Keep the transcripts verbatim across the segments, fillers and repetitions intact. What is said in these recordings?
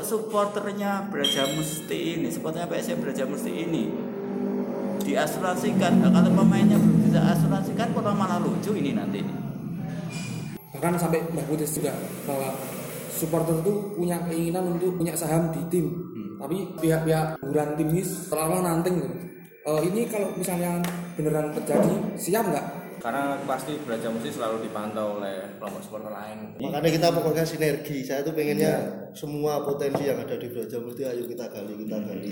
supporternya Brajamusti ini, supporternya P S M Brajamusti ini diasuransikan. Nah, kalau pemainnya belum bisa asuransikan, kalau malah lucu ini nanti. Bahkan sampai Mbak Putus juga bahwa supporter itu punya keinginan untuk punya saham di tim, hmm. tapi pihak-pihak buran tim ini seolah-olah nanting. Uh, ini kalau misalnya beneran terjadi, siap nggak? Karena pasti Brajamusti selalu dipantau oleh kelompok supporter lain. Makanya kita pokoknya sinergi. Saya tuh pengennya ya. Semua potensi yang ada di Brajamusti ayo kita gali, kita gali.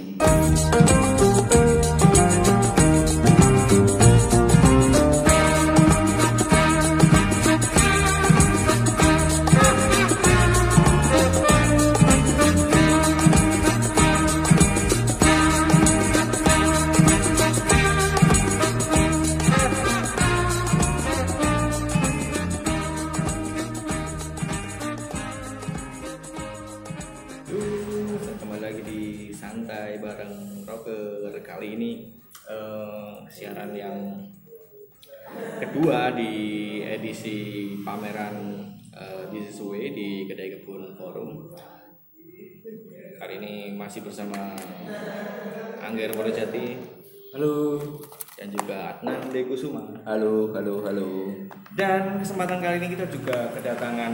Santai bareng Rocker. Kali ini uh, siaran yang kedua di edisi pameran uh, This Is Way di Kedai Kebun Forum. Kali ini masih bersama Angger Wonojati, halo, dan juga Adnan Dekusuma, halo, halo, halo. Dan kesempatan kali ini kita juga kedatangan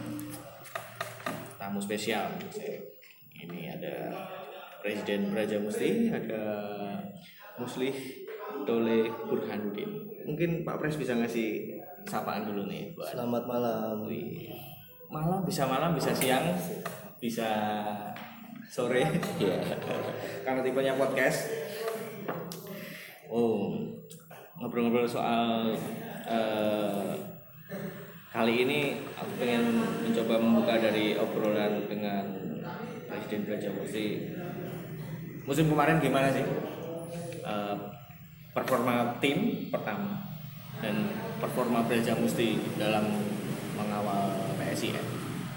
tamu spesial. Ini ada Presiden Brajamusti, ada Muslih Dole Burhanuddin. Mungkin Pak Pres bisa ngasih sapaan dulu nih buat. Selamat malam. Malam bisa malam, bisa siang, bisa sore. Ya. Karena tipenya podcast. Oh, ngobrol-ngobrol soal uh, kali ini aku pengen mencoba membuka dari obrolan dengan Presiden Brajamusti. Musim kemarin gimana sih uh, performa tim pertama dan performa Brajamusti dalam mengawal P S I M?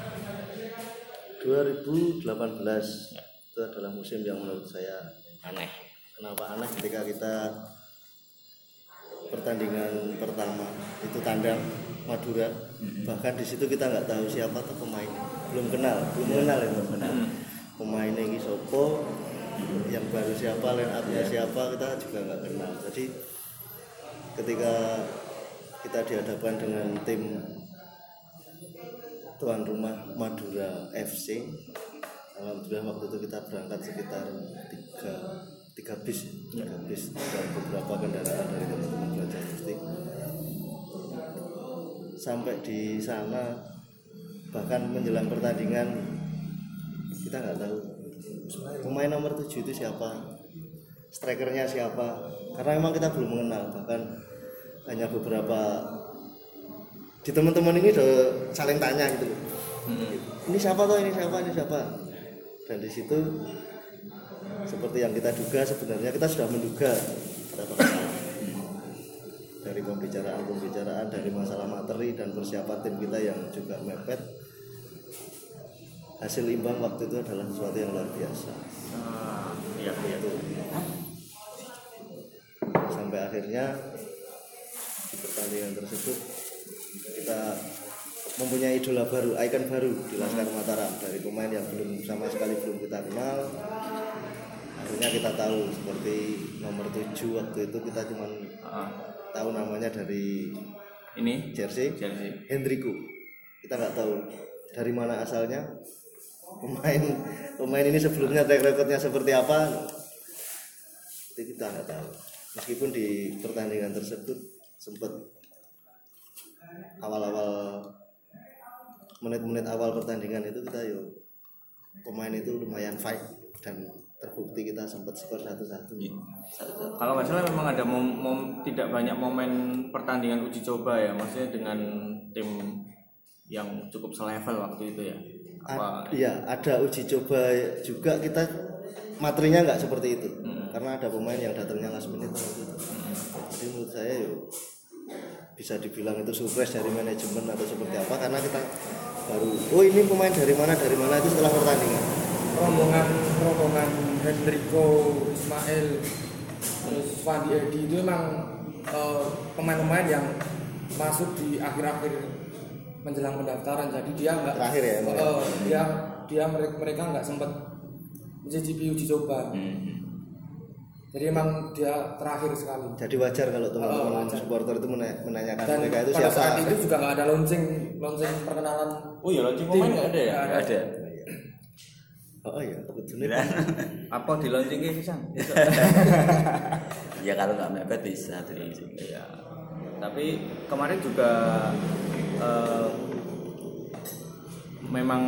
dua ribu delapan belas ya. Itu adalah musim yang menurut saya aneh. Kenapa aneh? Ketika kita pertandingan pertama itu tandang Madura, mm-hmm. bahkan di situ kita nggak tahu siapa tuh pemainnya, belum kenal, belum kenal ya, belum kenal. Mm-hmm. Pemainnya ini sopo, yang baru siapa, line up-nya yeah. siapa, kita juga nggak kenal. Jadi ketika kita dihadapkan dengan tim tuan rumah Madura F C, alhamdulillah waktu itu kita berangkat sekitar tiga tiga bis, tiga bis dan beberapa kendaraan dari teman-teman Brajamusti. Sampai di sana bahkan menjelang pertandingan kita nggak tahu pemain nomor tujuh itu siapa, strikernya siapa, karena memang kita belum mengenal. Bahkan hanya beberapa di teman-teman ini udah saling tanya gitu, hmm. ini siapa toh, ini siapa, ini siapa. Dan di situ seperti yang kita duga, sebenarnya kita sudah menduga dari pembicaraan-pembicaraan, dari masalah materi dan persiapan tim kita yang juga mepet. Hasil imbang waktu itu adalah sesuatu yang luar biasa. Ah, iya, iya. Itu. Sampai akhirnya di pertandingan tersebut kita mempunyai idola baru, ikon baru di Laskar Mataram, dari pemain yang belum sama sekali belum kita kenal. Akhirnya kita tahu seperti nomor tujuh waktu itu kita cuma uh, tahu namanya dari ini jersey, jersey. Hendriku. Kita nggak tahu dari mana asalnya. Pemain pemain ini sebelumnya track recordnya seperti apa, itu kita nggak tahu. Meskipun di pertandingan tersebut sempat awal-awal menit-menit awal pertandingan itu kita yo pemain itu lumayan fight dan terbukti kita sempat skor satu satu. Kalau nggak salah memang ada mom, mom, tidak banyak momen pertandingan uji coba ya, maksudnya dengan tim yang cukup selevel waktu itu ya. Apa? Iya, ada uji coba juga, kita materinya nggak seperti itu, hmm. karena ada pemain yang datangnya last minute waktu itu. Hmm. Jadi menurut saya yuk bisa dibilang itu surprise dari manajemen atau seperti apa, karena kita baru oh ini pemain dari mana dari mana itu setelah pertandingan. Rombongan rombongan Hendriko, Ismail, terus Fandi Edi itu memang uh, pemain-pemain yang masuk di akhir-akhir menjelang pendaftaran, jadi dia nggak terakhir ya, uh, dia dia mereka mereka nggak sempat mencicipi uji coba. Hmm. Jadi emang dia terakhir sekali. Jadi wajar kalau teman-teman oh, supporter itu menanyakan dan mereka itu pada siapa. saat itu juga nggak ada launching launching perkenalan. Oh iya, launching pemain nggak ada ya? Nggak ada. Oh iya, betul. Apa di launchingnya bisa? Ya kalau nggak mepet bisa tuh. Ya. Tapi kemarin juga uh, memang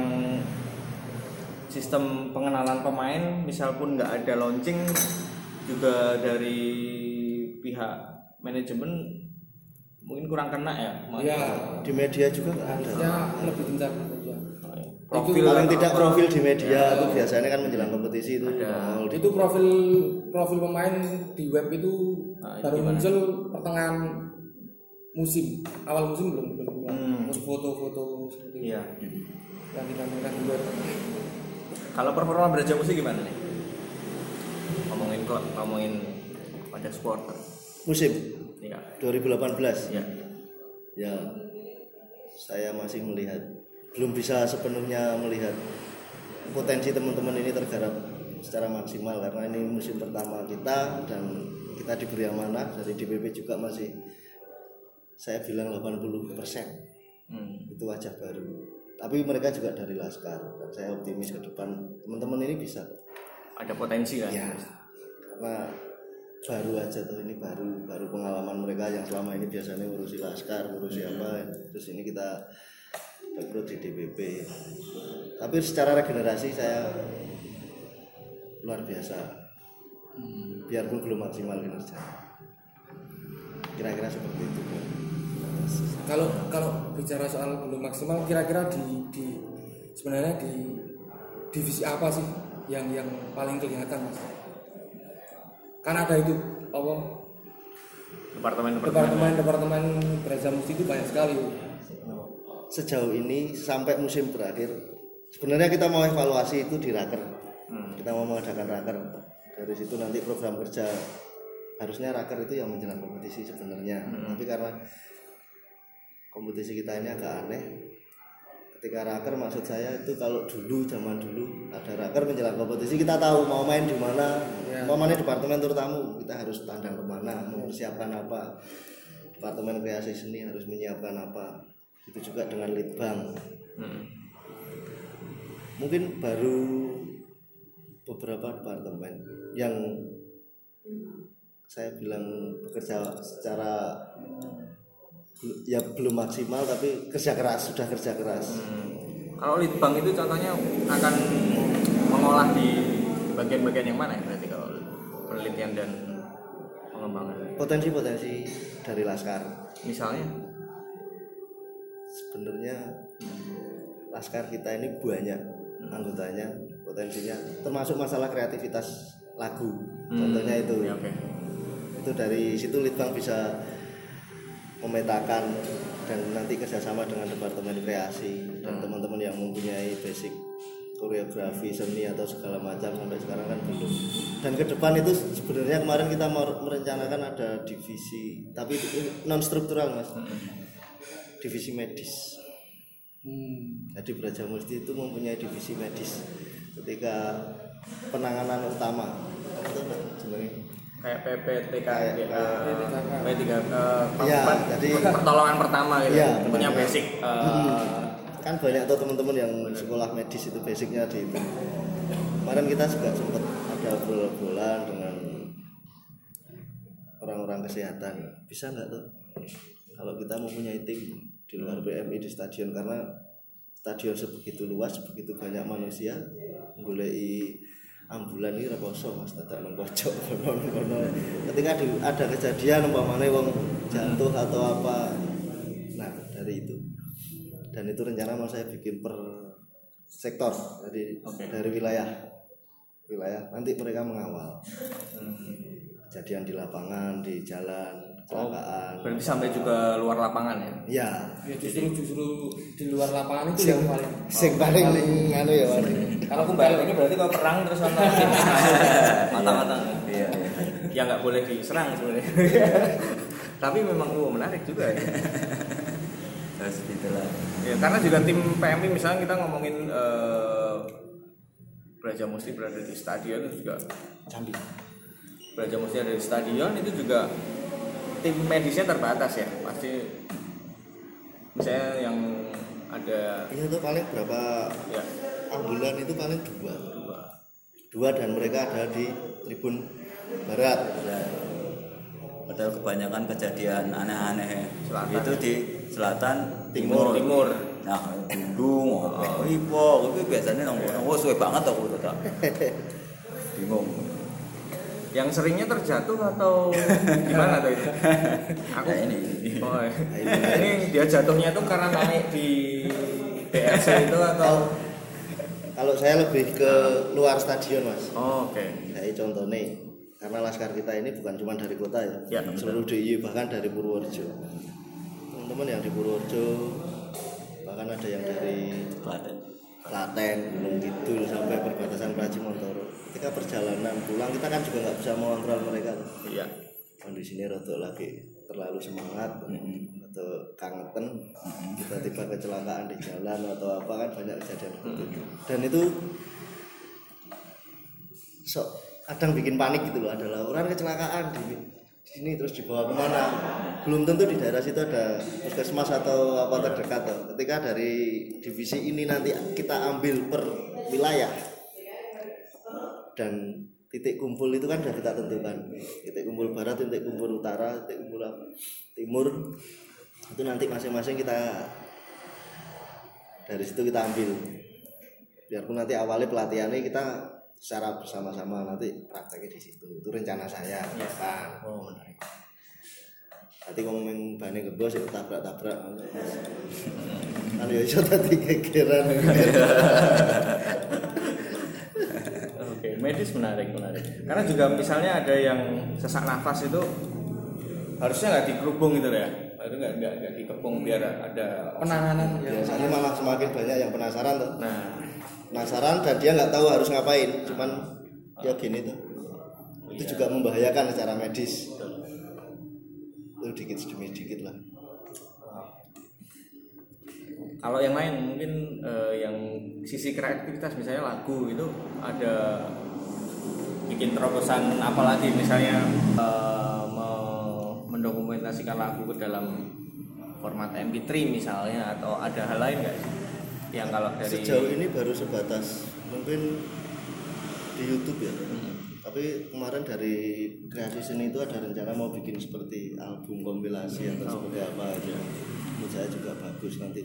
sistem pengenalan pemain, misal pun nggak ada launching, juga dari pihak manajemen mungkin kurang kena ya. Iya. Di media juga nggak ada. Ya lebih gencar media. Profil paling tidak profil di media ya. Itu biasanya kan menjelang kompetisi itu. Ada. Itu profil profil pemain di web itu nah, baru gimana? muncul pertengahan musim, awal musim belum belum keluar. Hmm. Foto-foto seperti Iya. yang ditampilkan di web. Kalau performa Brajamusti gimana nih? Ngomongin klub, ngomongin pada supporter. Musim Iya. dua ribu delapan belas. Ya. Ya. Saya masih melihat belum bisa sepenuhnya melihat potensi teman-teman ini tergarap secara maksimal karena ini musim pertama kita dan kita diberi amanah dari D P P juga masih saya bilang delapan puluh persen. Hmm. Itu wajah baru. Tapi mereka juga dari Laskar dan saya optimis ke depan teman-teman ini bisa ada potensi kan? Ya, karena baru aja tuh ini baru baru pengalaman mereka yang selama ini biasanya ngurusi Laskar, ngurusi hmm. apa, terus ini kita rekrut di D P P. Tapi secara regenerasi saya luar biasa. Hmm. Biarpun belum maksimal kinerja. Kira-kira seperti itu. Kalau kalau bicara soal belum maksimal, kira-kira di, di sebenarnya di divisi apa sih yang yang paling kelihatan, Mas? Kan ada itu apa? Departemen departemen departemen Brajamusti itu banyak sekali. Sejauh ini sampai musim berakhir, sebenarnya kita mau evaluasi itu di raker. Hmm. Kita mau mengadakan raker. Dari situ nanti program kerja harusnya raker itu yang menjelang kompetisi sebenarnya. Hmm. Tapi karena kompetisi kita ini agak aneh. Ketika raker maksud saya itu kalau dulu zaman dulu ada raker menjelang kompetisi kita tahu mau main di mana, ya. Mau main departemen terutamu kita harus tandang kemana, mau persiapkan apa. Departemen kreasi seni harus menyiapkan apa. Itu juga dengan litbang. Hmm. Mungkin baru beberapa departemen yang saya bilang bekerja secara ya belum maksimal tapi kerja keras, sudah kerja keras. Hmm. Kalau litbang itu contohnya akan mengolah di bagian-bagian yang mana ya berarti kalau penelitian dan pengembangan? Potensi-potensi dari Laskar. Misalnya? Sebenarnya Laskar kita ini banyak anggotanya, potensinya, termasuk masalah kreativitas lagu. Hmm. Contohnya itu. Ya, okay. Itu dari situ litbang bisa memetakan dan nanti kerjasama dengan departemen kreasi dan teman-teman yang mempunyai basic koreografi seni atau segala macam sampai sekarang kan belum. Dan ke depan itu sebenarnya kemarin kita mau merencanakan ada divisi tapi non struktural Mas, divisi medis. Hmm. Jadi Brajamusti itu mempunyai divisi medis ketika penanganan utama apa tuh sebenarnya kayak P P T K P tiga ya, jadi pertolongan pertama gitu ya, punya basic uh, kan banyak tuh teman-teman yang sekolah medis itu basicnya di itu. Kemarin kita juga sempat ada obrolan dengan orang-orang kesehatan, bisa nggak tuh kalau kita mempunyai tim di luar B M I di stadion, karena stadion sebegitu luas, begitu banyak manusia, golei ambulan ini reposo Mas, dadak nang pojok kono. Ketika ada kejadian umpamane wong jatuh atau apa. Nah, dari itu. Dan itu rencana mau saya bikin per sektor. Jadi okay. Dari wilayah wilayah nanti mereka mengawal. Kejadian di lapangan, di jalan, kecelakaan. Oh, berarti sampai juga luar lapangan ya? Iya. Ya justru justru di luar lapangan itu yang paling sing paling anu ya. Kalau aku balik ini berarti kalau perang terus sama matang-matang. Iya. Ya nggak boleh diserang sebenarnya. Tapi memang oh, menarik juga ya. Terus gitulah. Ya, karena juga tim P M I misalnya kita ngomongin uh, Brajamusti berada di stadion itu juga Cambi. Brajamusti ada di stadion itu juga tim medisnya terbatas ya, pasti misalnya yang ada Iya tuh paling berapa ya ambulan itu paling dua. dua Dua dan mereka ada di tribun barat. Padahal kebanyakan kejadian aneh-aneh Selatan, itu ya? di selatan timur timur. Nah, gunung, oh, ipo, itu biasanya nongol-nongol suwe banget aku tetap. Bingung. Yang seringnya terjatuh atau gimana tuh itu? Aku Nah, ini. Oh, ini dia jatuhnya tuh karena naik di B R C itu atau? Kalau saya lebih ke luar stadion mas. Oh, oke. Okay. Kayak contohnya, karena laskar kita ini bukan cuma dari kota ya, Ya, seluruh D I Y bahkan dari Purworejo. Teman-teman yang di Purworejo, bahkan ada yang dari Klaten. Klaten, Gunung Kidul sampai perbatasan Praji Montoro. Ketika perjalanan pulang kita kan juga nggak bisa mengontrol mereka. Iya. Kondisinya rotok lagi terlalu semangat mm-hmm. atau kangen mm-hmm. tiba-tiba kecelakaan di jalan atau apa kan banyak kejadian seperti itu. Dan itu sok kadang bikin panik gitu loh, adalah orang kecelakaan di sini terus dibawa kemana, belum tentu di daerah situ ada puskesmas atau apa terdekat loh. Ketika dari divisi ini nanti kita ambil per wilayah dan titik kumpul itu kan sudah kita tentukan, titik kumpul barat, titik kumpul utara, titik kumpul timur, itu nanti masing-masing kita dari situ kita ambil. Biarpun nanti awalnya pelatihannya kita secara bersama-sama, nanti prakteknya di situ. Itu rencana saya. Kan. Oh, menarik. Nanti ngomongin bane ngebos ya tabrak-tabrak. Kan ya iso tadi gegeran. Oke, medis menarik, menarik. Karena juga misalnya ada yang sesak nafas itu harusnya nggak dikerubung gitu ya, itu nggak nggak nggak dikepung biar ada penanganan ya. Biasanya malah semakin banyak yang penasaran tuh. Nah, Penasaran dan dia nggak tahu harus ngapain, cuman ya gini tuh. Itu iya. juga membahayakan secara medis. Itu dikit demi dikit lah. kalau yang lain mungkin eh, yang sisi kreativitas misalnya lagu itu ada bikin terobosan apalagi misalnya eh, me- mendokumentasikan lagu ke dalam format M P tiga misalnya, atau ada hal lain nggak sih yang kalau dari Sejauh ini baru sebatas mungkin di YouTube ya. Hmm. Tapi kemarin dari kreasi seni itu ada rencana mau bikin seperti album kompilasi atau seperti apa aja. Menurut saya juga bagus nanti.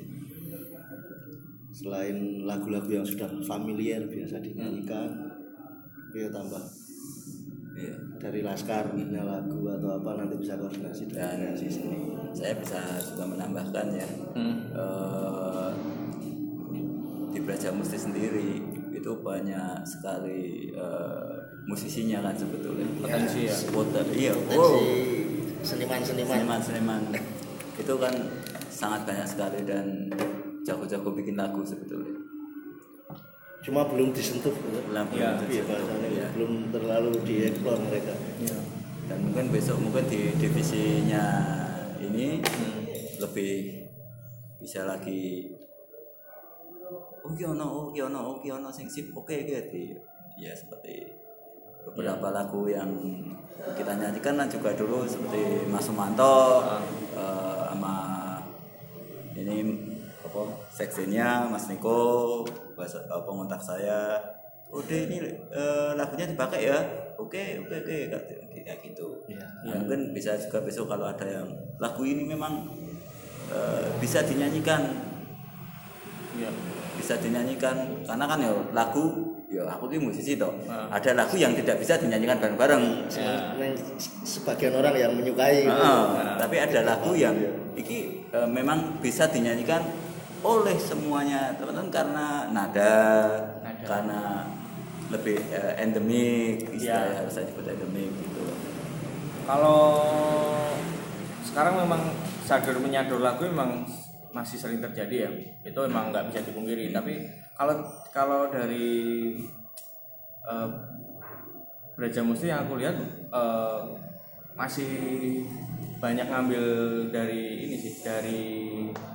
Selain lagu-lagu yang sudah familiar biasa dinyanyikan, ya tambah Iya. dari laskar punya lagu atau apa nanti bisa koordinasi dengan Dan kreasi seni. saya bisa juga menambahkan ya, Hmm. eh, di Brajamusti sendiri itu banyak sekali eh, musisinya kan sebetulnya. Potensi ya? Poten- iya. Potensi Wow. seniman-seniman. Seniman-seniman itu kan sangat banyak sekali dan jago-jago bikin lagu sebetulnya. Cuma belum disentuh, Belum Ya, belum iya, tersentuh, bahasanya ya. belum terlalu dieksplor mereka. Ya. Dan mungkin besok mungkin di divisinya ini Hmm. lebih bisa lagi. Oh kiono, oh kiono, oh kiono sing sip, oke gitu. Ya seperti beberapa lagu yang kita nyanyikan kan juga dulu seperti Mas Sumanto eh, sama ini apa seksinya Mas Niko, bahasa apa ngontak saya. Udah ini eh, lagunya dipakai ya. Oke, oke, oke kayak gitu. Iya. Nah, mungkin bisa juga besok kalau ada yang lagu ini memang eh, bisa dinyanyikan. Ya. Bisa dinyanyikan karena kan ya lagu ya aku ini musisi toh. Ah. Ada lagu yang tidak bisa dinyanyikan bareng-bareng. Ya. Yang sebagian orang yang menyukai. Ah, tapi ada lagu yang iki eh, memang bisa dinyanyikan oleh semuanya teman-teman karena nada, Nada. karena lebih eh, endemik, istilahnya Ya. harus saya sebut endemik gitu. Kalau sekarang memang sadur menyadur lagu memang masih sering terjadi ya, itu memang nggak bisa dipungkiri. Tapi kalau kalau dari uh, Brajamusti yang aku lihat uh, masih banyak ngambil dari ini sih, dari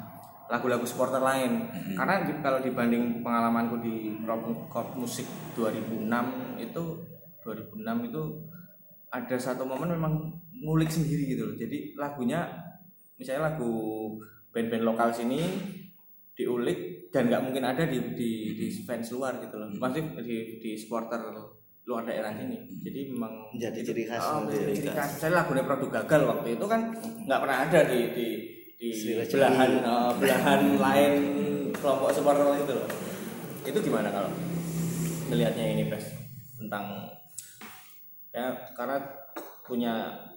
lagu-lagu supporter lain. Mm-hmm. Karena di, kalau dibanding pengalamanku di Crop, Crop Musik dua ribu enam itu dua ribu enam itu ada satu momen memang ngulik sendiri gitu loh. Jadi lagunya misalnya lagu band-band lokal sini diulik dan nggak mungkin ada di, di di fans luar gitu loh. Maksudnya di di supporter luar daerah sini. Jadi memang menjadi ciri khas. Oh, menjadi ciri khas. Misalnya lagunya Produk Gagal waktu itu kan nggak pernah ada di di di belahan uh, belahan lain kelompok supporter itu loh. Itu gimana kalau melihatnya ini, Pres? Tentang ya karena punya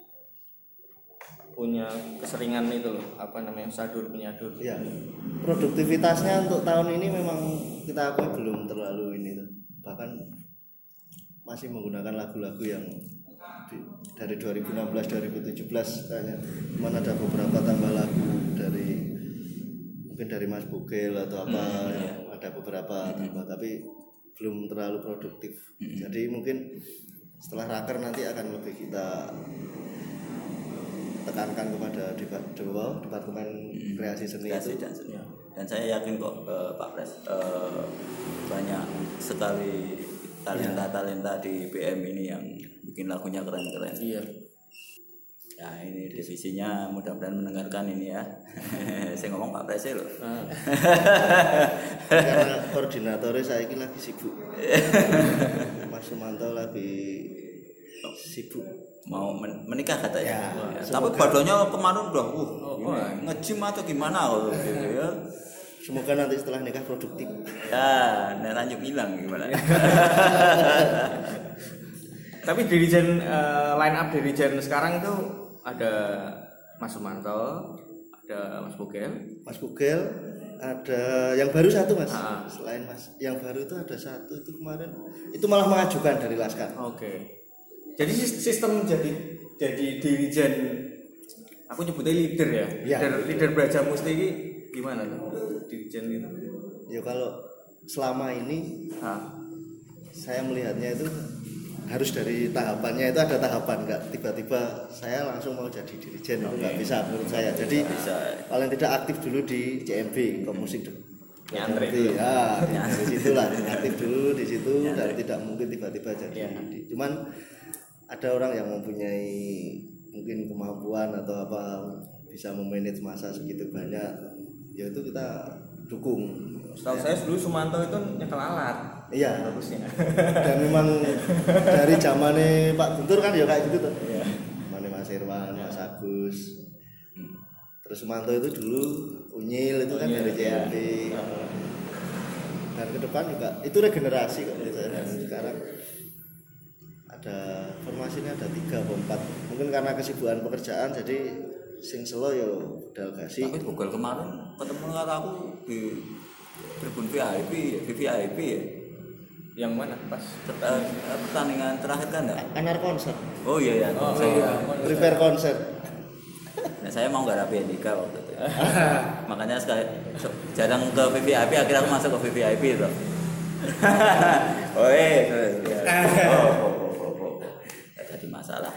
punya keseringan itu loh, apa namanya, sadur penyadur. Ya, produktivitasnya untuk tahun ini memang kita akui belum terlalu ini tuh. Bahkan masih menggunakan lagu-lagu yang di, dari dua ribu enam belas dua ribu tujuh belas kayaknya. Cuman ada beberapa tambah lagu dari mungkin dari Mas Bugel atau apa, hmm, ya. Ada beberapa tambah, tapi belum terlalu produktif. Hmm. Jadi mungkin setelah raker nanti akan lebih kita tekankan kepada departemen hmm. kreasi seni kreasi itu. Dan, seni. Dan saya yakin kok uh, Pak Pres uh, banyak sekali talenta-talenta di B M ini yang bikin lagunya keren-keren. Iya. Ya ini divisinya mudah-mudahan mendengarkan ini ya. Saya ngomong Pak Pres loh. Ah. Karena koordinatornya saya ini lagi sibuk. Mas Sumanto lagi sibuk mau men- menikah katanya. Ya, ya, tapi badannya kemarin udah uh, oh, oh, nge-gym atau gimana kalau gitu ya. Semoga nanti setelah nikah produktif. Ya, nah lanjut hilang gimana. Tapi dirijen uh, line up dirijen sekarang itu ada Mas Sumanto, ada Mas Bugel, Mas Bugel, ada yang baru satu Mas. Ah. Selain Mas, yang baru itu ada satu itu kemarin. Itu malah mengajukan dari Laskar. Oke. Okay. Jadi sistem jadi jadi dirijen, aku nyebutnya leader ya, ya leader, leader Braja Musti ini gimana tuh dirijen itu? Ya kalau selama ini ha? saya melihatnya itu harus dari tahapannya itu ada tahapan, nggak tiba-tiba saya langsung mau jadi dirijen, okay. Itu nggak bisa menurut saya. Jadi bisa. Paling tidak aktif dulu di C M B Crop Musik dulu. Nyantri dulu. Ya, dari situ lah aktif dulu di situ dan tidak mungkin tiba-tiba jadi. Ya. Cuman ada orang yang mempunyai mungkin kemampuan atau apa bisa memanage masa segitu banyak, ya itu kita dukung. Setahu ya. Saya dulu Sumanto itu nyekel alat. Iya. Bagusnya. Dan memang dari zamannya Pak Guntur kan ya kayak gitu tuh. Iya. Zamannya Mas Irwan, Mas Agus. Terus Sumanto itu dulu Unyil itu kan Unyil, dari C M B. Ya. Dan ke depan juga itu regenerasi kok menurut saya. Sekarang ada formasinya ada tiga atau empat, mungkin karena kesibukan pekerjaan jadi sing selo yo delegasi. Tapi Google kemarin ketemu dengan aku di tribun V I P, V V I P ya. Yang mana pas uh, pertandingan terakhir kan enggak? Anar konser. Oh iya ya. Oh, saya prepare konser. Nah, saya mau nggak rapi Andika waktu itu. Makanya sekali jarang ke V V I P, akhirnya aku masuk ke V V I P itu. Oh eh, oh, oh. Masalah.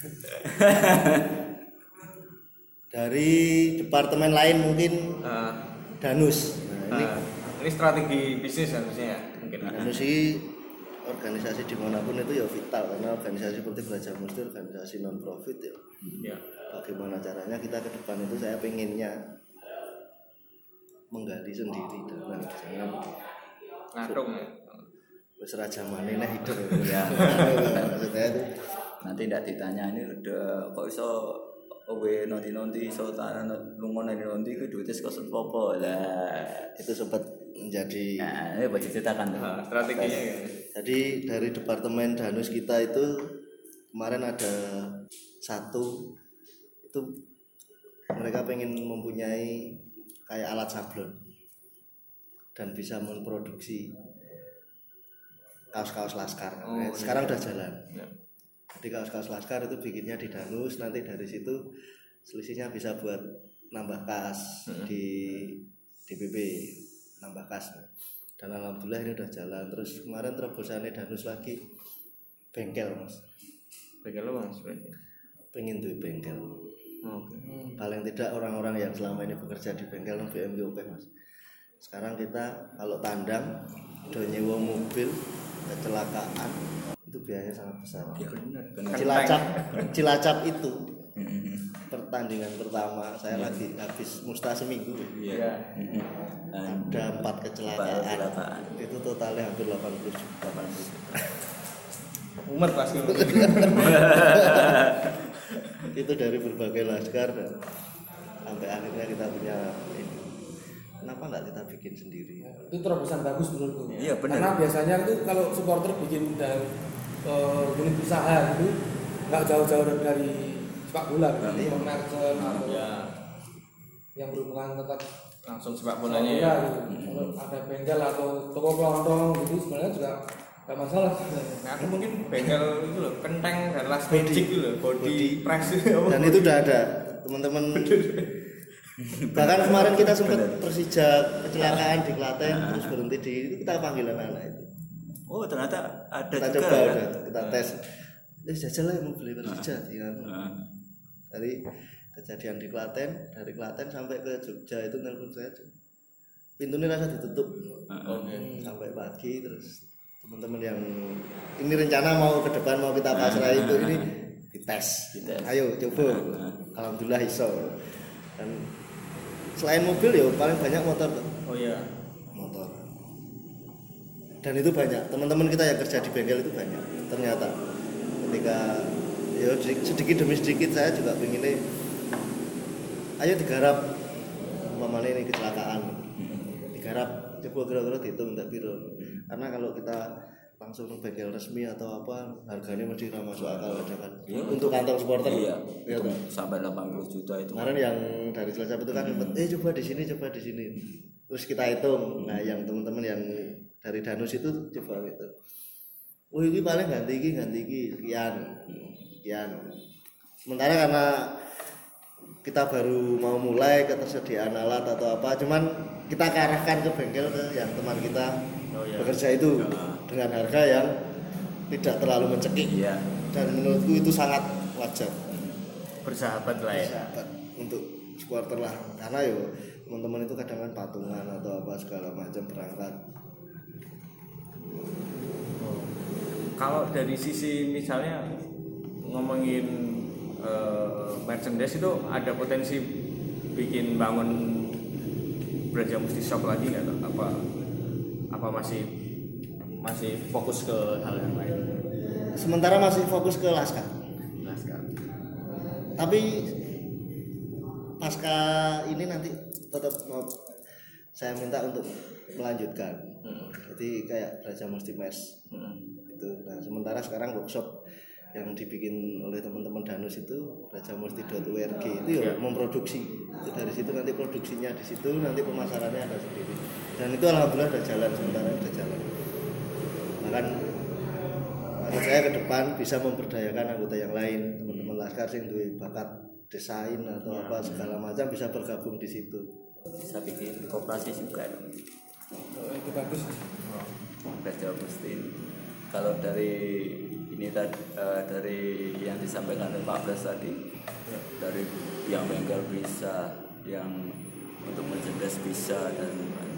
Dari departemen lain mungkin uh, Danus. Nah, ini, uh, ini strategi bisnis harusnya ya, mungkin. Danus sih organisasi dimanapun itu ya vital karena organisasi seperti Braja Musti organisasi non profit ya. Ya. Bagaimana caranya kita ke depan itu saya pengennya menggali sendiri dan jangan ngatung ya. Wis ra jamane nek hidup ya. Maksudnya itu nanti tidak ditanya ini udah kok iso owe nonti-nonti iso tanah lunga nonti ku duitnya sekosot popo lah itu sempat menjadi nah ini buat ceritakan nah, strateginya ya. Jadi dari departemen Danus kita itu kemarin ada satu itu mereka pengen mempunyai kayak alat sablon dan bisa memproduksi kaos-kaos Laskar. Oh, sekarang iya. Udah jalan. Ya. Jadi kaos-kaos Laskar itu bikinnya di Danus, nanti dari situ selisihnya bisa buat nambah kas hmm. di D P P, nambah kas. Dan alhamdulillah ini udah jalan. Terus kemarin terobosannya Danus lagi bengkel mas. Bengkel apa mas? Pengen tuh bengkel. Oke. Paling tidak orang-orang yang selama ini bekerja di bengkel non B M W oke mas. Sekarang kita kalau tandang udah nyewa mobil kecelakaan itu biayanya sangat besar. Ya benar, benar. Cilacap, Cilacap itu pertandingan pertama saya lagi habis musta seminggu. Iya. Ada empat kecelakaan. Empat kecelakaan. Itu totalnya hampir delapan puluh juta. Umat pasti. Itu dari berbagai laskar dan sampai akhirnya kita punya ini. Kenapa nggak kita bikin sendiri? Itu terobosan bagus menurutku. Iya, benar. Karena biasanya itu kalau supporter bikin dari uh, unit usaha itu nggak jauh-jauh dari sepak bola, berarti Iya. merchant atau Ya, yang berhubungan tetap langsung sepak bola bolanya ya. gitu. Kalau ada bengkel atau toko kelontong gitu sebenarnya juga nggak masalah sebenarnya. Nah, aku mungkin bengkel itu loh, kenteng dan last magic itu loh, body, Body. press. Dan itu udah ada teman-teman. Bahkan kemarin kita sempat Persija kecelakaan di Klaten terus berhenti di itu kita panggil anak-anak itu. Oh ternyata ada Kita juga coba ya? udah kita tes. Eh jajal lah mau beli Persija ya. Nah, Dari kejadian di Klaten, dari Klaten sampai ke Jogja itu nelpon saya. Pintunya rasa ditutup. Oke. Sampai pagi terus teman-teman yang ini rencana mau ke depan mau kita pasrah itu ini dites. Dites. Ayo coba. Alhamdulillah iso. Dan selain mobil ya paling banyak motor tuh. Oh iya. Motor. Dan itu banyak teman-teman kita yang kerja di bengkel itu banyak. Ternyata ketika ya sedikit demi sedikit saya juga pengen ayo digarap umpamanya ini kecelakaan digarap coba kira-kira dihitung tak piro karena kalau kita langsung ke bengkel resmi atau apa harganya mesti ramah masuk akal ada kan Iya. untuk kantor supporter iya, ya, itu kan? sampai delapan puluh juta itu. Kemarin yang dari Cilacap itu kan eh coba di sini coba di sini terus kita hitung nah yang teman-teman yang dari Danus itu coba gitu oh ini paling ganti ini ganti ini sekian sekian sementara karena kita baru mau mulai ketersediaan alat atau apa cuman kita arahkan ke bengkel ke yang teman kita Oh, iya. bekerja itu dengan harga yang tidak terlalu mencekik Iya. dan menurutku itu sangat wajar Bersahabat lah ya. sahabat untuk supporter lah karena yo teman-teman itu kadang kan patungan atau apa segala macam berangkat. Kalau dari sisi misalnya ngomongin uh, merchandise itu ada potensi bikin bangun Braja Musti Shop lagi nggak? Atau apa apa masih masih fokus ke hal yang lain? Sementara masih fokus ke Laskar. Laskar. Tapi pasca ini nanti tetap mau saya minta untuk melanjutkan. Hmm. Jadi kayak Braja Musti Mes. Hmm. Itu. Nah, sementara sekarang workshop yang dibikin oleh teman-teman Danus itu brajamusti dot org itu ya memproduksi itu dari situ nanti produksinya di situ nanti pemasarannya ada sendiri dan itu alhamdulillah udah jalan sementara udah jalan bahkan maksud saya ke depan bisa memberdayakan anggota yang lain teman-teman Laskar sing duwe bakat desain atau apa segala macam bisa bergabung di situ Bisa bikin koperasi juga dong. Oh, itu bagus. Braja Musti. Kalau dari ini tadi uh, dari yang disampaikan oleh Pak Pres tadi, ya, dari yang bengkel bisa, yang untuk merchandise bisa dan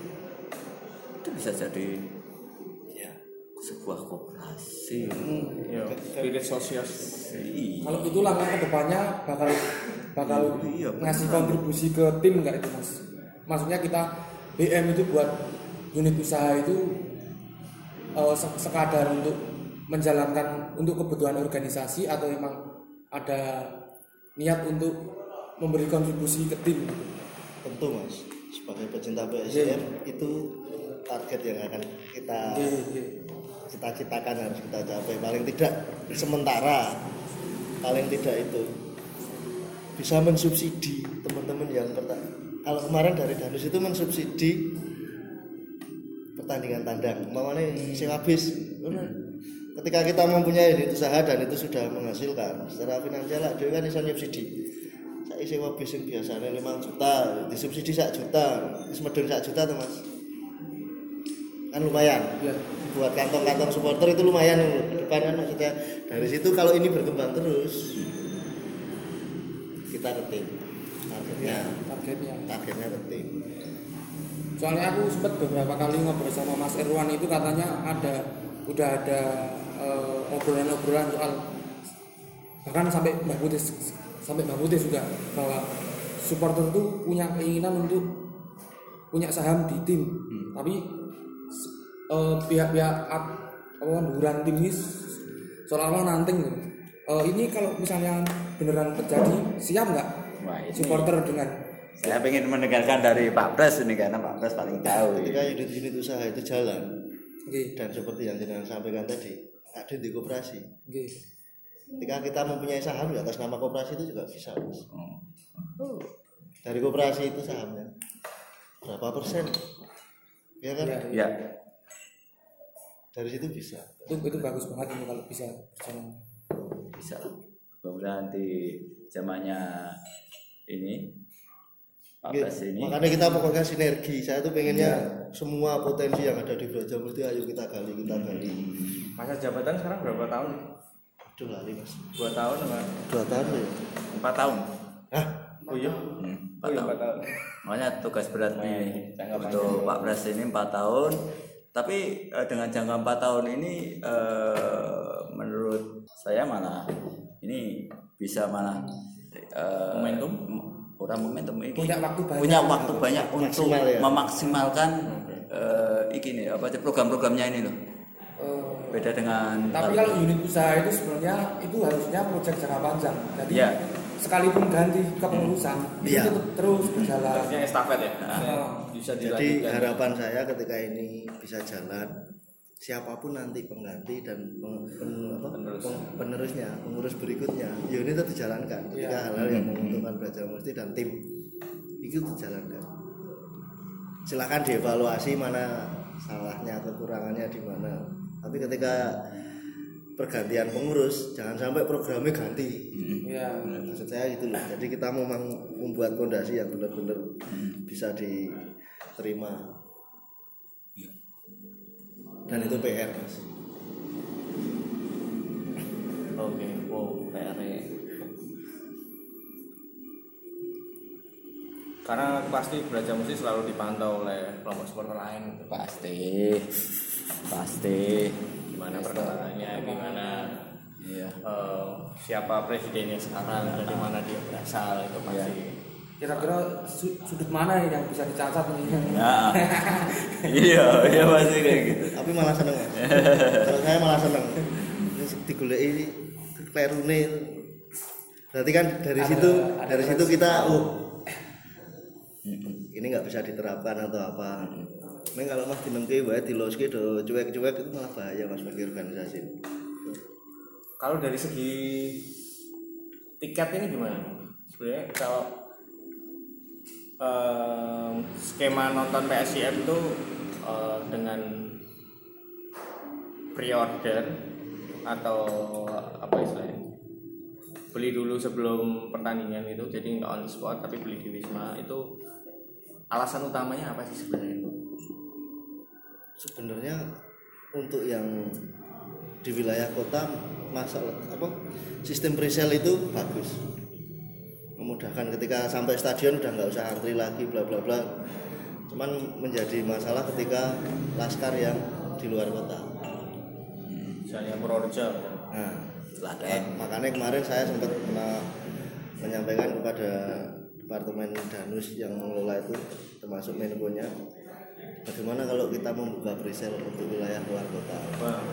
itu bisa jadi ya sebuah koperasi. Ya, spirit sosial. Iya. Kalau itu langkah kedepannya bakal bakal Iya, ngasih benar. kontribusi ke tim nggak itu mas? Maksudnya kita B M itu buat unit usaha itu uh, sekadar untuk menjalankan untuk kebutuhan organisasi atau memang ada niat untuk memberi kontribusi ke tim? tentu mas sebagai pecinta P S M Yeah. itu target yang akan kita Iya, iya. cita-citakan harus kita capai paling tidak sementara paling tidak itu bisa mensubsidi teman-teman yang pertandingan kalau kemarin dari Danus itu mensubsidi pertandingan tandang umpamanya sewa bis ketika kita mempunyai unit usaha dan itu sudah menghasilkan secara finansial dia kan bisa subsidi saya sewa bis yang biasanya lima juta disubsidi satu juta semedun satu juta tuh mas kan lumayan Ya. buat kantong-kantong supporter itu lumayan ke depan kan maksudnya dari situ kalau ini berkembang terus kita ke tim targetnya targetnya targetnya ke tim. Soalnya aku sempat beberapa kali ngobrol sama Mas Irwan itu katanya ada udah ada uh, obrolan-obrolan soal bahkan sampai Mbak Putih sampai Mbak Putih juga bahwa supporter itu punya keinginan untuk punya saham di tim, hmm. tapi uh, pihak-pihak pengunduran tim ini seolah-olah nanting. Uh, ini kalau misalnya beneran terjadi, siap nggak supporter dengan? Saya ingin mendengarkan dari Pak Pres ini karena Pak Pres paling tahu. Ketika unit-unit usaha itu jalan, okay. dan seperti yang jenengan sampaikan tadi, ada di koperasi. Okay. Ketika kita mempunyai saham di atas nama koperasi itu juga bisa, Mas. Oh. Dari koperasi itu sahamnya berapa persen? Ya kan? Ya. Dari situ bisa. Itu itu bagus banget itu kalau bisa berjalan. Bisa. Kemudian nanti zamannya ini Pak Pres ini. Makanya kita pokoknya sinergi. Saya tuh pengennya ya. Semua potensi yang ada di Brajamusti ayo kita gali, kita gali. Masa jabatan sekarang berapa tahun? Aduh lali Mas. Dua tahun apa? Dua tahun ya. Empat tahun. Hah? Oh iya. Hmm, empat, oh, iya, empat tahun. Makanya tugas beratnya untuk Pak Pres ini empat tahun. Tapi eh, dengan jangka empat tahun ini eh, menurut saya malah ini bisa malah eh, momentum. Orang momentum ini punya waktu banyak, punya waktu banyak untuk Maksimal, ya? memaksimalkan uh, ini apa program-programnya ini loh. Uh, Beda dengan tapi kalau unit usaha itu sebenarnya itu harusnya proyek jangka panjang. Jadi ya. sekalipun ganti kepengurusan hmm. itu ya. tetap terus berjalan. Harusnya estafet ya. Nah, bisa jadi harapan saya ketika ini bisa jalan, siapapun nanti pengganti dan peng, pen, apa, penerus. Peng, penerusnya, pengurus berikutnya, ya ini tetap dijalankan. Ketika ya. hal-hal yang menguntungkan Brajamusti dan tim itu dijalankan. Silakan dievaluasi mana salahnya, kekurangannya di mana. Tapi ketika pergantian pengurus, jangan sampai programnya ganti. Ya. Maksud saya gitu loh. Jadi kita memang membuat fondasi yang benar-benar bisa diterima. Dan itu P R Mas. Oke, wow, P R. Karena pasti Brajamusti selalu dipantau oleh kelompok supporter lain. Pasti, pasti. Gimana perkembangannya, gimana iya. uh, siapa presidennya sekarang, dari mana dia berasal itu pasti. Iya. Kira-kira sudut mana yang bisa dicacat ini? Nah, iya, iya pasti kayak gitu. Tapi malah seneng Mas. Kalau saya malah seneng. Digoleki klerune. Berarti kan dari ada, situ ada dari situ kita oh ini nggak bisa diterapkan atau apa. Meng kalau Mas dinengke wae diloske do cuek-cuek itu malah bahaya Mas bagi organisasi. Kalau dari segi tiket ini gimana? Sebenarnya kalau uh, skema nonton P S I M itu uh, dengan pre-order atau apa istilahnya? Beli dulu sebelum pertandingan itu, jadi nggak on the spot tapi beli di Wisma, itu alasan utamanya apa sih sebenarnya? Sebenarnya untuk yang di wilayah kota masalah apa sistem presale itu bagus, memudahkan ketika sampai stadion udah nggak usah antri lagi bla bla bla. Cuman menjadi masalah ketika laskar yang di luar kota, misalnya Purworejo. Nah, eh, makanya kemarin saya sempat pernah menyampaikan kepada Departemen Danus yang mengelola itu termasuk Menko-nya, bagaimana kalau kita membuka presale untuk wilayah luar kota. Wow.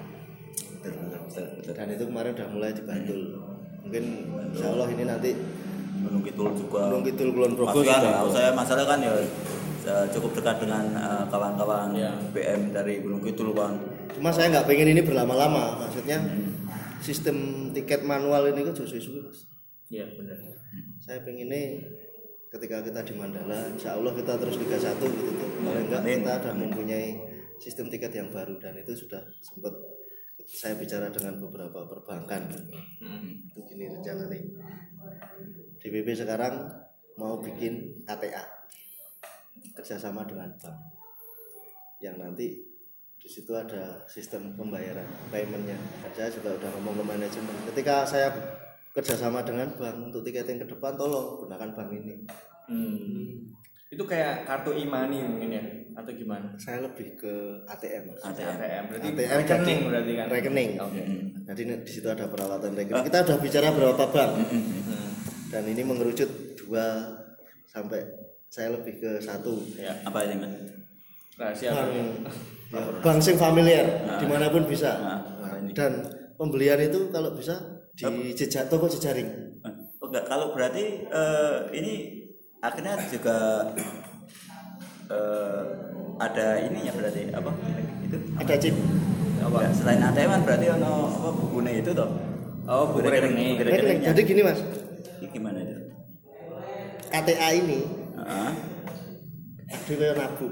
Dan itu kemarin udah mulai dibantul. Mungkin insya Allah ini nanti Gunung Kidul juga. Gunung Kidul Kulon Progo kan, gitu. saya masalah kan ya cukup dekat dengan uh, kawan-kawan ya. B M dari Gunung Kidul kan. Cuma saya nggak pengen ini berlama-lama, maksudnya hmm. sistem tiket manual ini kan jauh suwe Mas. Iya benar. Saya pengen ini ketika kita di Mandala, insya Allah kita terus Liga satu gitu tuh. Kalau enggak kita sudah mempunyai sistem tiket yang baru dan itu sudah sempat saya bicara dengan beberapa perbankan. Hmm. Itu gini rencana nih. D B B sekarang mau bikin K T A kerjasama dengan bank yang nanti di situ ada sistem pembayaran paymentnya. Saya juga udah ngomong ke manajemen. Ketika saya kerjasama dengan bank untuk tiketing ke depan, tolong gunakan bank ini. Hmm. Itu kayak kartu e-money mungkin ya atau gimana? Saya lebih ke A T M. A T A M. T M berarti A T M rekening jadi- berarti kan. Rekening. Oke. Jadi di situ ada perawatan rekening. Kita udah bicara berapa bank. Hmm. Dan ini mengerucut dua sampai saya lebih ke satu. Ya. Apa ini Mas? Rahasia. Bank, ya, bank sing familiar dimanapun bisa. Nah, apa ini? Dan pembelian itu kalau bisa di jejak toko jejaring. Oh, enggak, kalau berarti eh, ini akhirnya juga eh, ada ininya berarti apa? Itu Ada chip. apa? Selain A T M kan berarti ono apa bukunya itu toh? Oh, buku rekening. buku Rekening. rekeningnya. Jadi gini Mas, Ini gimana itu? K T A ini Heeh. ada kayak nabung.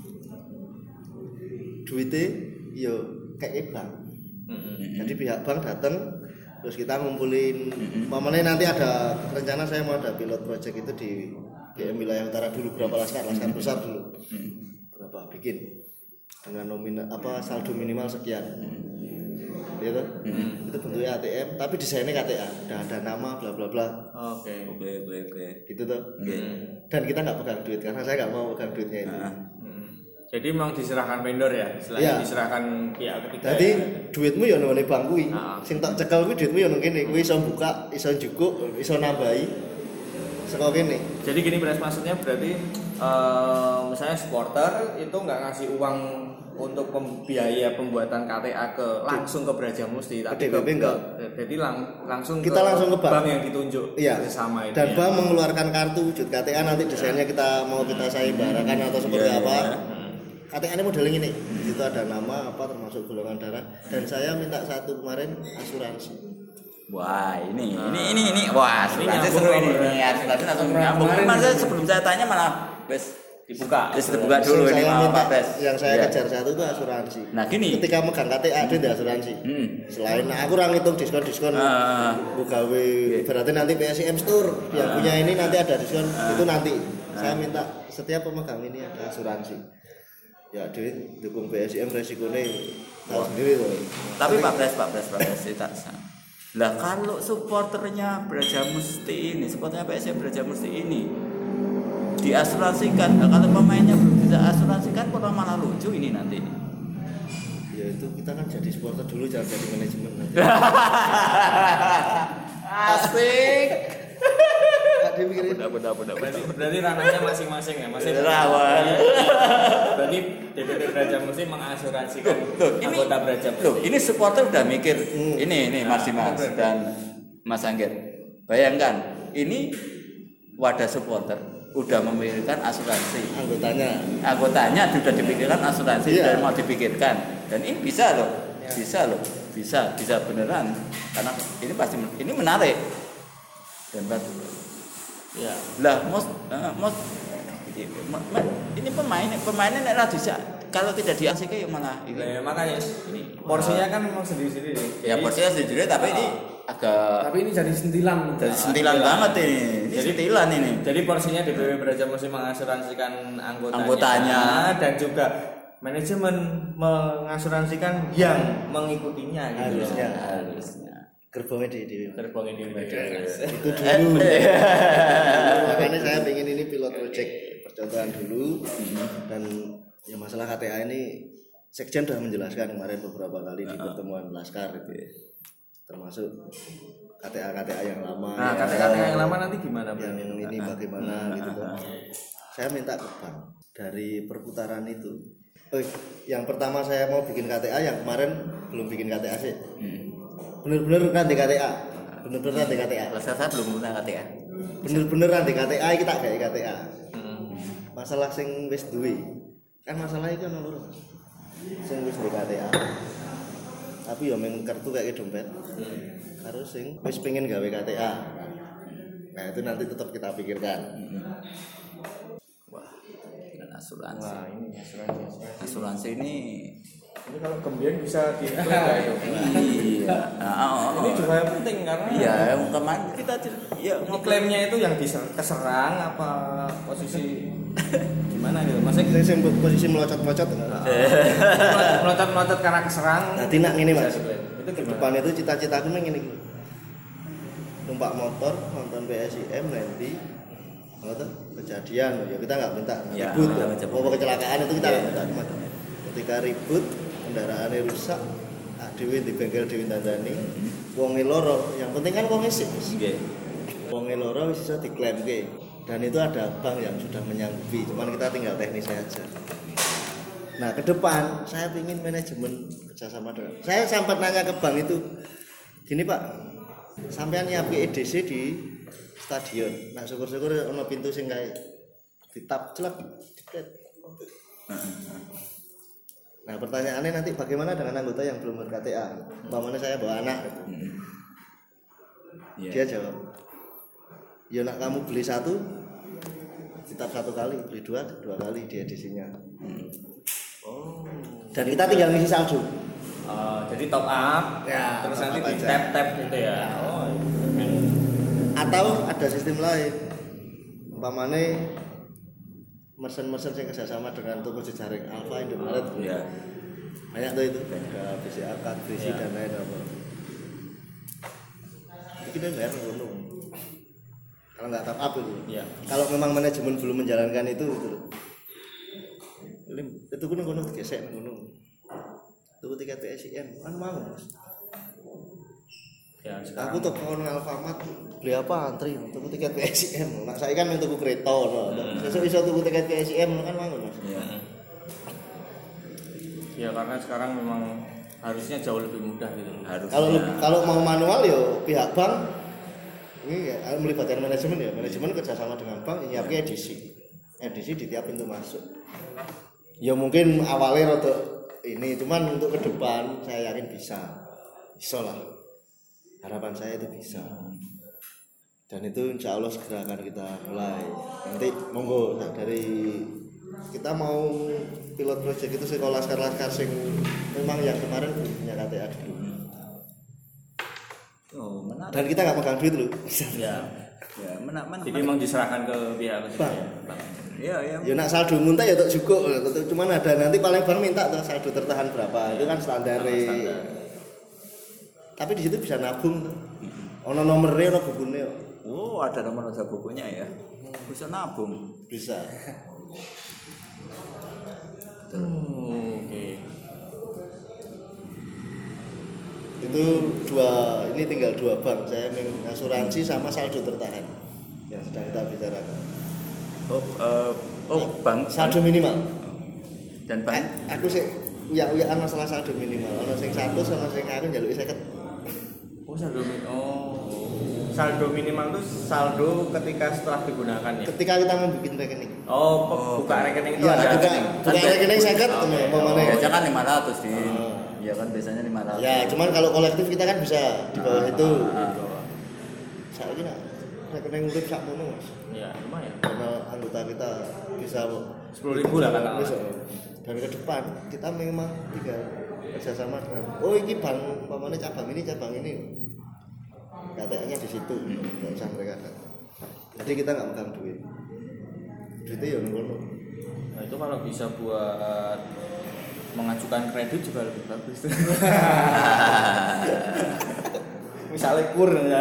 Duitnya yo kayak bank. Jadi pihak bank datang terus kita ngumpulin. Mamanya nanti ada rencana saya mau ada pilot project itu di G M wilayah utara dulu, berapa laskar laskar besar dulu. Berapa bikin dengan nominal apa saldo minimal sekian. Gitu. Itu bentuknya A T M tapi desainnya K T A. Udah ada nama bla bla bla. Oke. Oke, oke, oke. Gitu tuh. Oke. Dan kita nggak pegang duit karena saya nggak mau pegang duitnya itu. Nah, Hmm. Jadi memang diserahkan vendor ya, selain Iya. diserahkan pihak ketiga. Jadi ya? duitmu ya nang bank kuwi. Ah. Sing tak cekel kuwi duitmu ya nang kene. Kuwi iso buka, iso njukuk, iso nambahi. Saka kene. Jadi gini beres maksudnya berarti eh, misalnya supporter itu nggak ngasih uang untuk pem- biaya pembuatan K T A ke langsung ke Brajamusti, tapi Ke D B B enggak. ke- jadi lang- langsung Kita langsung ke bank. yang ditunjuk Iya. sama itu. Dan ya. bank mengeluarkan kartu wujud K T A nanti desainnya kita mau kita sayembarakan atau seperti Iya, apa. iya. K T A ini modelnya ini. Di situ ada nama apa termasuk golongan darah dan saya minta satu kemarin asuransi. wah, ini ini ini ini wah, Ini asuransi nyambung seru loh, ini. bener. Ini asuransi langsung Kemarin- nyambung. kemarin Mas, ini. sebelum saya tanya malah wes dibuka. wes dibuka dulu Yang ini saya sama minta, Pak Pres. yang saya Iya. kejar satu itu asuransi. Nah, gini. Ketika megang K T A itu ada asuransi. Hmm. Selain nah, aku orang ngitung diskon-diskon Ah. bukawe berarti nanti P S I M Store yang punya ini nanti ada diskon itu nanti saya minta setiap pemegang ini ada asuransi ya duit dukung P S I M resikonya tahu sendiri tuh. Tapi Pak Pres, Pak Pres, Pak Pres kita. Lah kalau supporternya Brajamusti ini, supporternya P S M Brajamusti ini diasuransikan, nah, kalau pemainnya belum bisa asuransikan, kok malah lucu ini nanti. Ya itu kita kan jadi supporter dulu jangan jadi manajemen nanti. Asik. Ada mikirin Udah, udah, udah, Berarti, berarti ranahnya masing-masing ya, masing Rawan. Berarti D P P Brajamusti mengasuransikan Loh, ini, anggota Brajamusti. loh, ini supporter udah mikir ini ini Mas Dimas dan Mas Anggir. Bayangkan, ini wadah supporter udah memikirkan asuransi. anggotanya Anggotanya sudah dipikirkan asuransi Iya. dan mau dipikirkan. Dan ini bisa loh. Bisa loh. Bisa, bisa beneran. Karena ini pasti ini menarik. Dan batu. Ya. Lah, mos eh, mos ini, ini pemain pemainnya nek ra bisa kalau tidak diasike ya malah ini. Nah, makanya ini porsinya kan memang sendiri-sendiri. Ya Jadi- porsinya sendiri tapi ini agak Tapi ini jadi sentilan. jadi sentilan banget ini. Ini Jadi- sentilan ini. Jadi porsinya D P P Brajamusti mengasuransikan anggotanya, Anggotanya. dan juga manajemen mengasuransikan yang mengikutinya gitu. Harusnya. Harusnya. gerbongnya di di Terbangin di Medan. itu dulu. Makanya saya pengen ini pilot project percontohan dulu dan ya masalah K T A ini Sekjen sudah menjelaskan kemarin beberapa kali di pertemuan Laskar itu ya. Termasuk K T A K T A yang lama. Nah, ya. kata-kata yang lama nanti gimana yang Bang? ini bagaimana gitu kan. Saya minta ke bank dari perputaran itu. Oh, yang pertama saya mau bikin K T A yang kemarin belum bikin K T A sih. Bener-bener kan di K T A. Bener-bener di K T A. Kalau saya belum pernah kata ya. Bener-bener di K T A iki tak gawe K T A. Masalah sing wis duwe. Kan masalah iki ono loro. Sing wis duwe K T A. Tapi ya mung kartu kayak dompet. Harus sing wis pengen gawe K T A. Nah, itu nanti tetap kita pikirkan. Wah, dan asuransi. Wah, ini asuransi. asuransi. Asuransi ini Ini kalau Gembian bisa di ya. iya. Nah, oh, Ini oh. juga penting karena Iya, yang kemarin kita ya ini klaimnya itu yang diser- keserang apa posisi gimana gitu. Maksudnya Sing sing posisi melocot-melocot. melotot-melotot karena keserang. Nanti nak ngene, Mas. Bisa diklaim. Itu Ke gimana? depan itu cita-citaku nang ngene iki. numpak motor nonton P S I M nanti ngoten kejadian ya kita nggak minta Ya, ribut kita ya. minta Apa kecelakaan itu kita Ya. nggak minta cuma ketika ribut kendaraannya rusak ah dhewe di bengkel dhewe dandani wonge loro yang penting kan wonge sik Nggih. wonge loro wis iso diklaimke dan itu ada bank yang sudah menyanggupi cuman kita tinggal teknis saja. Nah ke depan saya ingin manajemen kerjasama dengan saya sempat nanya ke bank itu gini Pak sampean nyiapke E D C di stadion nah syukur-syukur ono pintu sing kae ditap celak dikret. Nah pertanyaannya nanti bagaimana dengan anggota yang belum ber-K T A umpamanya saya bawa anak Iya. dia jawab ya nak kamu beli satu ditap satu kali beli dua dua kali di edisinya. Oh. Dan kita tinggal ngisi saldo. Uh, jadi top up, Ya, terus top nanti up di aja. tap tap gitu ya. Oh, Atau ada sistem lain. Umpamane mersen-mersen yang kerjasama dengan toko jejaring Alfa Indomaret. Iya. Banyak tuh itu. Ada B C A, K B C Ya. dan lain apa. Ini bayar ngono. Kalau nggak top up itu. Iya. Kalau memang manajemen belum menjalankan itu, itu. Ini itu kuno kuno gesek kuno. Tuku tiket P S I M kan mau Mas. Ya, Aku sekarang tuh kalau nang Alfamart beli apa antri tuku tiket P S I M. Nah, saya kan yang tuku kereta no. Sesuk iso tuku tiket P S I M kan mau Mas. Iya. ya karena sekarang memang harusnya jauh lebih mudah gitu. Harusnya. Kalau kalau mau manual yo pihak bank ini ya, melibatkan manajemen ya. Manajemen kerjasama dengan bank nyiapke edisi. Edisi di tiap pintu masuk. Ya mungkin awalnya rada ini cuman untuk ke depan saya yakin bisa. Bisa lah. Harapan saya itu bisa. Dan itu insya Allah segera akan kita mulai. Nanti monggo nah, dari kita mau pilot project itu sekolah laskar-laskar sing memang yang kemarin punya K T A dulu. Oh, menarik. Dan kita nggak pegang duit loh. Ya. Ya, menarik. Men- Jadi memang diserahkan ke pihak ketiga. Bang. ya. Iya, iya. Ya nak saldo muntah ya tak cukup. Cuman ada nanti paling bank minta tuh saldo tertahan berapa. Itu kan standar. Standar. Tapi di situ bisa nabung tuh. Ono nomornya, ono bukunya. Oh, ada nomor ada bukunya ya. Bisa nabung. Bisa. Oh, oke. Itu dua ini tinggal dua bank. Saya meng- asuransi sama saldo tertahan yang sedang kita bicarakan. Oh, eh, oh, bank Saldo minimal. dan Eh, bank. aku sih uyak-uyakan masalah saldo minimal. Ono sing satu sama sing aku njaluk seket. Oh, saldo min- oh. Saldo minimal itu saldo ketika setelah digunakan ya. Ketika kita mau bikin rekening. Oh, pe- buka rekening itu Iya, ada. buka buka rekening seket Oke. umpamane. Biasanya kan lima ratus di. Oh. Iya kan biasanya lima ratus. Ya, cuman kalau kolektif kita kan bisa di bawah itu. Ah, Saya kira rekening urip sak mono, Mas. Ya, lumayan. Karena anggota kita bisa sepuluh ribu lah kan. bisa. Dan ke depan kita memang tinggal kerjasama dengan oh ini bank umpamanya cabang ini cabang ini K T A-nya di situ nggak usah mereka datang. Jadi kita nggak megang duit duitnya ya ngono. Nah, itu kalau bisa buat mengajukan kredit juga lebih bagus. Misalnya kur ya.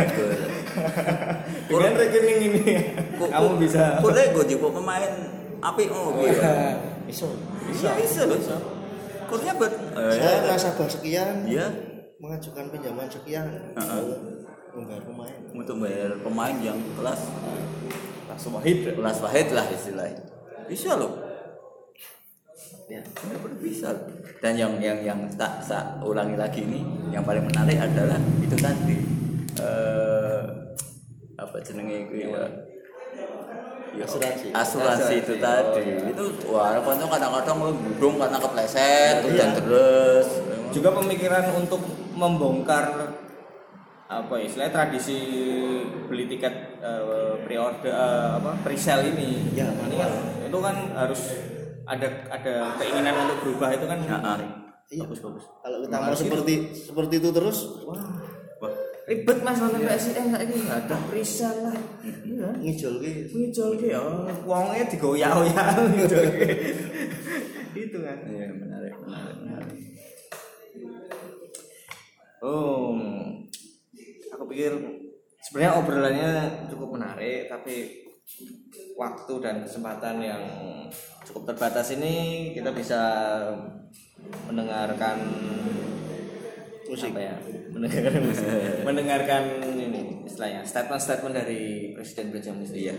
Dengan rekening ini kamu bisa Boleh gue juga pemain api oh gitu. Bisa. Bisa bisa loh. Kurnya buat. Saya nasabah sekian Iya. mengajukan pinjaman sekian Heeh. membayar pemain. Untuk bayar pemain yang kelas langsung wahid. kelas wahid lah istilahnya. Bisa loh. Ya. Benar-benar bisa. Dan yang yang yang tak saya ulangi lagi ini, yang paling menarik adalah itu tadi eh apa jenenge itu ya? Ya, Asuransi. asuransi itu Asuransi. tadi Oh, itu wah kadang-kadang lu gudung karena kepleset Iya. dan terus Juga pemikiran untuk membongkar apa istilahnya tradisi beli tiket eh, pre-order eh, apa pre-sale ini. Ya, ini kan, itu kan harus ada ada keinginan untuk berubah itu kan. Heeh. Iya. Bagus bagus. Kalau kita Nah, mau gitu. seperti seperti itu terus, Wah, Wah, ribet mas nonton P S I M kayak gini nggak ada pre-sale lah. Iya. ngijol ki Ngijol ki ya, wongnya digoyang-goyang gitu. Itu kan. iya menarik menarik menarik. Oh, aku pikir sebenarnya obrolannya cukup menarik, tapi waktu dan kesempatan yang cukup terbatas ini kita bisa mendengarkan musik apa ya mendengarkan musik mendengarkan ini istilahnya statement-statement dari Presiden Braja Musti. Iya.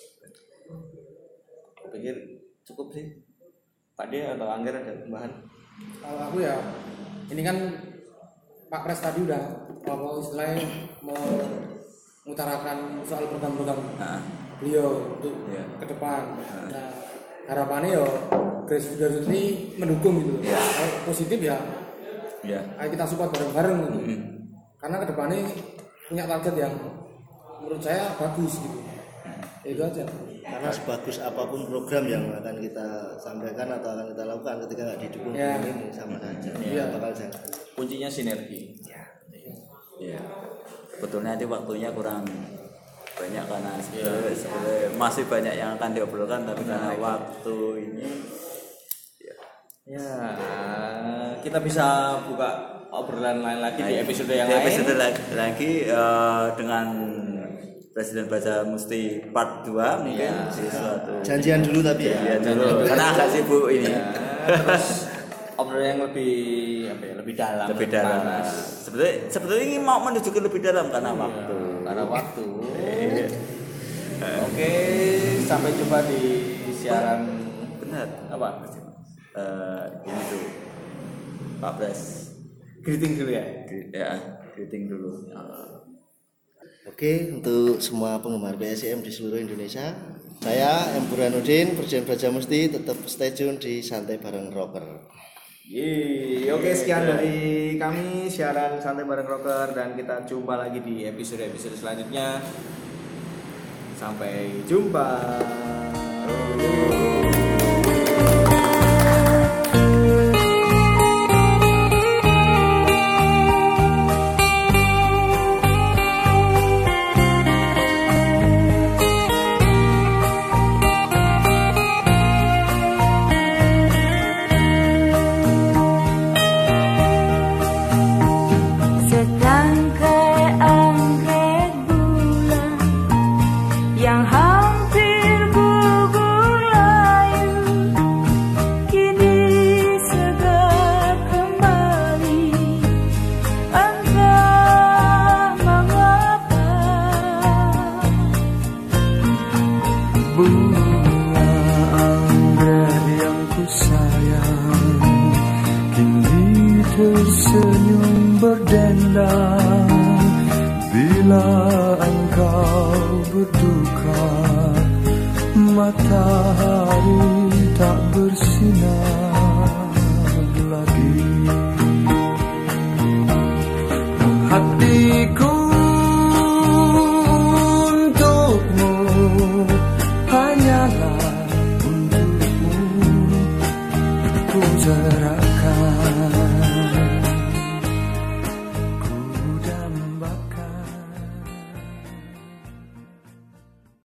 Aku pikir cukup sih Pak De atau Angger ada tambahan? Kalau aku ya ini kan Pak Pres tadi udah mau istilahnya mengutarakan soal program-program Nah, beliau untuk Iya. ke depan. Nah, harapannya ya grassroots ini mendukung gitu. Iya. Kalau positif ya ya. ayo kita support bareng-bareng gitu. Mm. Karena ke depannya punya target yang menurut saya bagus gitu. Itu aja. Karena sebagus apapun program yang akan kita sampaikan atau akan kita lakukan ketika nggak didukung Ya. ini sama saja, Iya. bakal jalan. Kuncinya sinergi. Ya. Sebetulnya nanti waktunya kurang banyak karena sebenarnya, sebenarnya masih banyak yang akan diobrolkan, tapi karena waktu ini Ya, kita bisa buka obrolan lain lagi di episode yang di lain. episode lagi, lagi eh, dengan Presiden Braja Musti part dua mungkin Iya. di suatu Janjian dulu tapi ya. ya dulu karena agak sibuk ini. Ya, terus obrolan yang lebih apa ya, lebih dalam, Lebih dalam. panas. Sebetulnya sebetulnya ini mau menuju ke lebih dalam karena waktu. Karena waktu. Iya. Oke, sampai jumpa di siaran Benar. apa? Eh, ini tuh Pak Pres. Greeting dulu ya. Ya, greeting dulu. Oke, untuk semua penggemar B S I M di seluruh Indonesia, saya M. Burhanuddin, Presiden Braja Musti, tetap stay tune di Santai Bareng Rocker. Yeay, oke sekian dari kami siaran Santai Bareng Rocker dan kita jumpa lagi di episode-episode selanjutnya. Sampai jumpa. Setangkai anggrek bulan yang hampir gugur layu, kini segar kembali, entah mengapa. Bunga anggrek yang ku sayang kini tersenyum berdendang bila engkau berduka, matahari tak bersinar lagi. Hatiku untukmu hanyalah untukmu, ku serahkan